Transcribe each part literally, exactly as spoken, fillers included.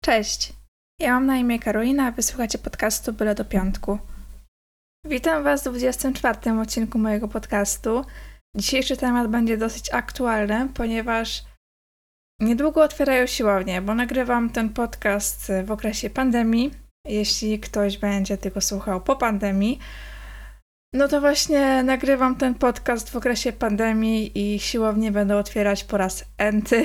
Cześć, ja mam na imię Karolina, a wysłuchacie podcastu Byle do Piątku. Witam Was w dwudziestym czwartym odcinku mojego podcastu. Dzisiejszy temat będzie dosyć aktualny, ponieważ niedługo otwierają siłownie, bo nagrywam ten podcast w okresie pandemii. Jeśli ktoś będzie tego słuchał po pandemii, no to właśnie nagrywam ten podcast w okresie pandemii i siłownie będą otwierać po raz enty.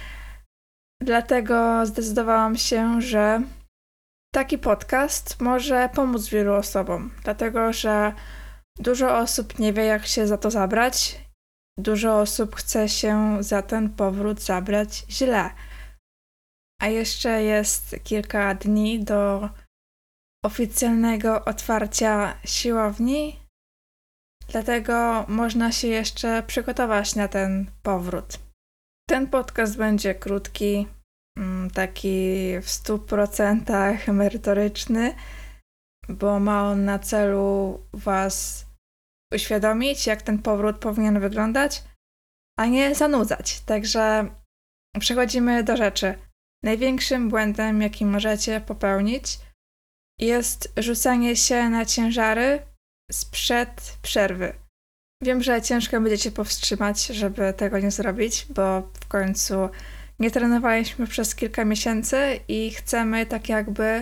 Dlatego zdecydowałam się, że taki podcast może pomóc wielu osobom, dlatego że dużo osób nie wie, jak się za to zabrać. Dużo osób chce się za ten powrót zabrać źle. A jeszcze jest kilka dni do oficjalnego otwarcia siłowni, dlatego można się jeszcze przygotować na ten powrót. Ten podcast będzie krótki, taki w stu procentach merytoryczny, bo ma on na celu Was uświadomić, jak ten powrót powinien wyglądać, a nie zanudzać. Także przechodzimy do rzeczy. Największym błędem, jaki możecie popełnić, jest rzucanie się na ciężary sprzed przerwy. Wiem, że ciężko będziecie powstrzymać, żeby tego nie zrobić, bo w końcu nie trenowaliśmy przez kilka miesięcy i chcemy tak jakby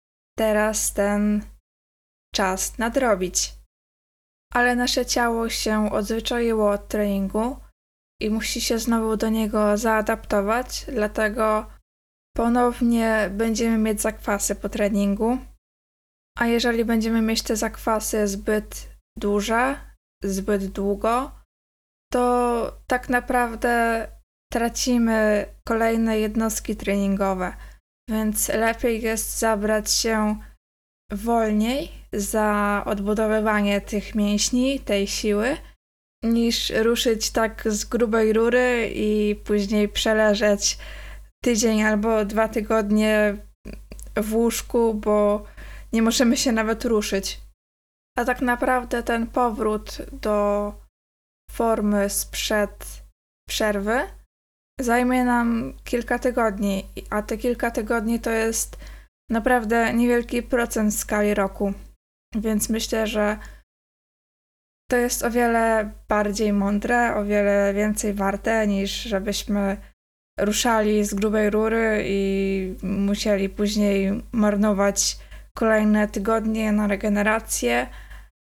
teraz ten czas nadrobić. Ale nasze ciało się odzwyczaiło od treningu i musi się znowu do niego zaadaptować, dlatego ponownie będziemy mieć zakwasy po treningu, a jeżeli będziemy mieć te zakwasy zbyt duże, zbyt długo, to tak naprawdę tracimy kolejne jednostki treningowe, więc lepiej jest zabrać się wolniej za odbudowywanie tych mięśni, tej siły, niż ruszyć tak z grubej rury i później przeleżeć tydzień albo dwa tygodnie w łóżku, bo nie możemy się nawet ruszyć. A tak naprawdę ten powrót do formy sprzed przerwy zajmie nam kilka tygodni, a te kilka tygodni to jest naprawdę niewielki procent w skali roku. Więc myślę, że to jest o wiele bardziej mądre, o wiele więcej warte, niż żebyśmy ruszali z grubej rury i musieli później marnować kolejne tygodnie na regenerację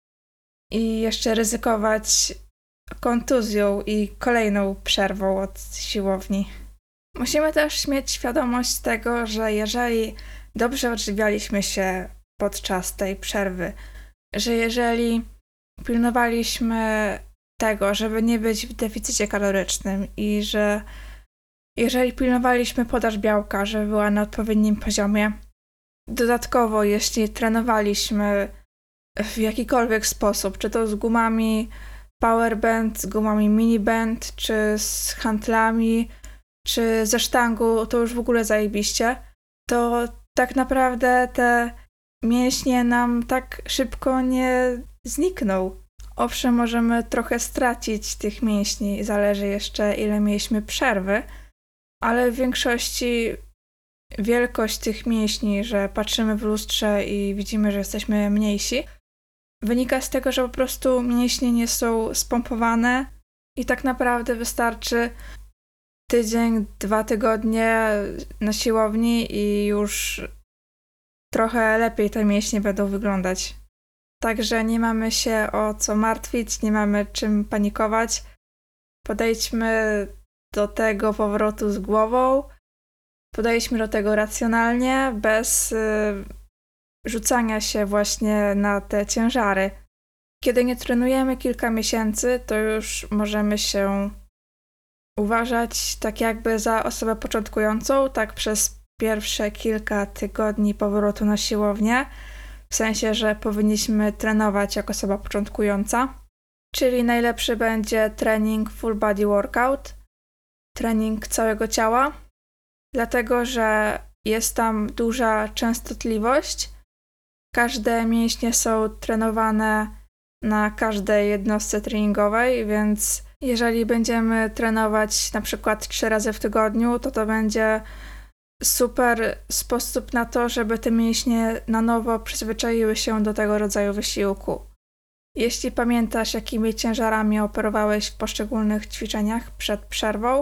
i jeszcze ryzykować kontuzją i kolejną przerwą od siłowni. Musimy też mieć świadomość tego, że jeżeli dobrze odżywialiśmy się podczas tej przerwy, że jeżeli pilnowaliśmy tego, żeby nie być w deficycie kalorycznym i że jeżeli pilnowaliśmy podaż białka, żeby była na odpowiednim poziomie, dodatkowo jeśli trenowaliśmy w jakikolwiek sposób, czy to z gumami powerband, z gumami miniband, czy z hantlami, czy ze sztangą, to już w ogóle zajebiście, to tak naprawdę te mięśnie nam tak szybko nie znikną. Owszem, możemy trochę stracić tych mięśni, zależy jeszcze ile mieliśmy przerwy, ale w większości wielkość tych mięśni, że patrzymy w lustrze i widzimy, że jesteśmy mniejsi, wynika z tego, że po prostu mięśnie nie są spompowane i tak naprawdę wystarczy tydzień, dwa tygodnie na siłowni i już trochę lepiej te mięśnie będą wyglądać. Także nie mamy się o co martwić, nie mamy czym panikować. Podejdźmy do tego powrotu z głową, podejdźmy do tego racjonalnie, bez y, rzucania się właśnie na te ciężary. Kiedy nie trenujemy kilka miesięcy, to już możemy się uważać tak jakby za osobę początkującą, tak przez pierwsze kilka tygodni powrotu na siłownię, w sensie, że powinniśmy trenować jako osoba początkująca, czyli najlepszy będzie trening full body workout, trening całego ciała, dlatego że jest tam duża częstotliwość, każde mięśnie są trenowane na każdej jednostce treningowej, więc jeżeli będziemy trenować na przykład trzy razy w tygodniu, to to będzie super sposób na to, żeby te mięśnie na nowo przyzwyczaiły się do tego rodzaju wysiłku. Jeśli pamiętasz, jakimi ciężarami operowałeś w poszczególnych ćwiczeniach przed przerwą,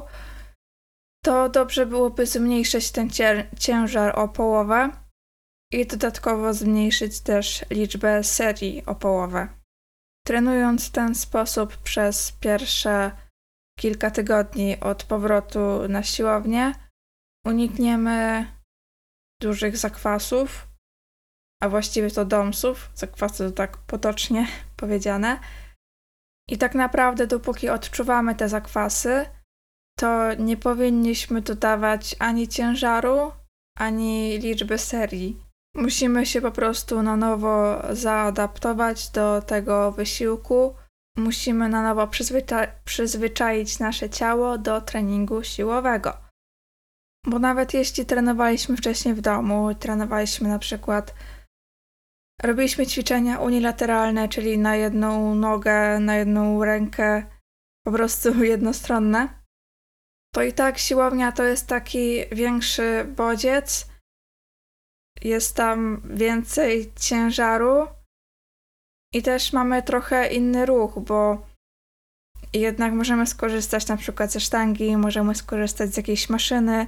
to dobrze byłoby zmniejszyć ten ciężar o połowę i dodatkowo zmniejszyć też liczbę serii o połowę. Trenując w ten sposób przez pierwsze kilka tygodni od powrotu na siłownię, unikniemy dużych zakwasów, a właściwie to domsów, zakwasy to tak potocznie powiedziane. I tak naprawdę dopóki odczuwamy te zakwasy, to nie powinniśmy dodawać ani ciężaru, ani liczby serii. Musimy się po prostu na nowo zaadaptować do tego wysiłku. Musimy na nowo przyzwycza- przyzwyczaić nasze ciało do treningu siłowego. Bo nawet jeśli trenowaliśmy wcześniej w domu, trenowaliśmy na przykład, robiliśmy ćwiczenia unilateralne, czyli na jedną nogę, na jedną rękę, po prostu jednostronne, to i tak siłownia to jest taki większy bodziec, jest tam więcej ciężaru i też mamy trochę inny ruch, bo jednak możemy skorzystać na przykład ze sztangi, możemy skorzystać z jakiejś maszyny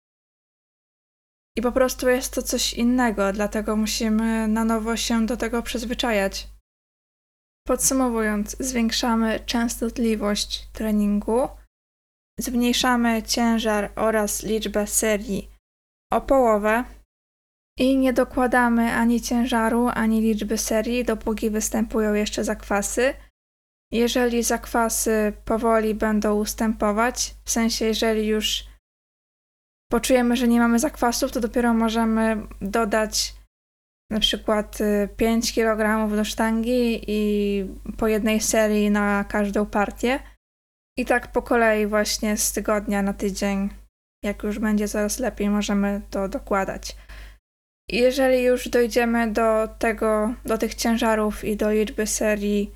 i po prostu jest to coś innego, dlatego musimy na nowo się do tego przyzwyczajać. Podsumowując, zwiększamy częstotliwość treningu, zmniejszamy ciężar oraz liczbę serii o połowę i nie dokładamy ani ciężaru, ani liczby serii, dopóki występują jeszcze zakwasy. Jeżeli zakwasy powoli będą ustępować, w sensie jeżeli już poczujemy, że nie mamy zakwasów, to dopiero możemy dodać na przykład pięć kilogramów do sztangi i po jednej serii na każdą partię. I tak po kolei właśnie z tygodnia na tydzień, jak już będzie coraz lepiej, możemy to dokładać. Jeżeli już dojdziemy do tego, do tych ciężarów i do liczby serii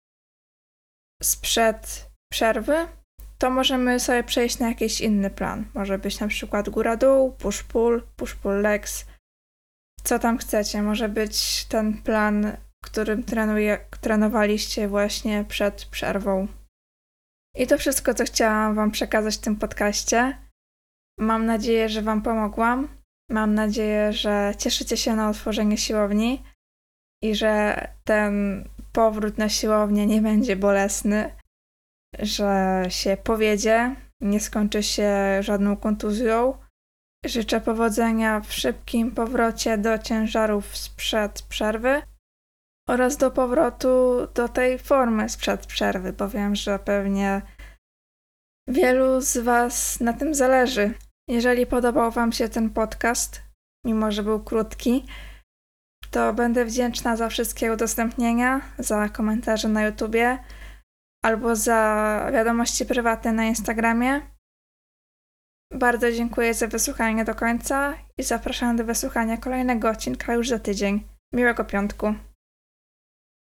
sprzed przerwy, to możemy sobie przejść na jakiś inny plan. Może być na przykład góra-dół, push-pull, push-pull legs, co tam chcecie. Może być ten plan, którym trenuje, trenowaliście właśnie przed przerwą. I to wszystko, co chciałam Wam przekazać w tym podcaście. Mam nadzieję, że Wam pomogłam. Mam nadzieję, że cieszycie się na otworzenie siłowni i że ten powrót na siłownię nie będzie bolesny, że się powiedzie, nie skończy się żadną kontuzją. Życzę powodzenia w szybkim powrocie do ciężarów sprzed przerwy oraz do powrotu do tej formy sprzed przerwy, bo wiem, że pewnie wielu z Was na tym zależy. Jeżeli podobał Wam się ten podcast, mimo że był krótki, to będę wdzięczna za wszystkie udostępnienia, za komentarze na YouTubie albo za wiadomości prywatne na Instagramie. Bardzo dziękuję za wysłuchanie do końca i zapraszam do wysłuchania kolejnego odcinka już za tydzień. Miłego piątku.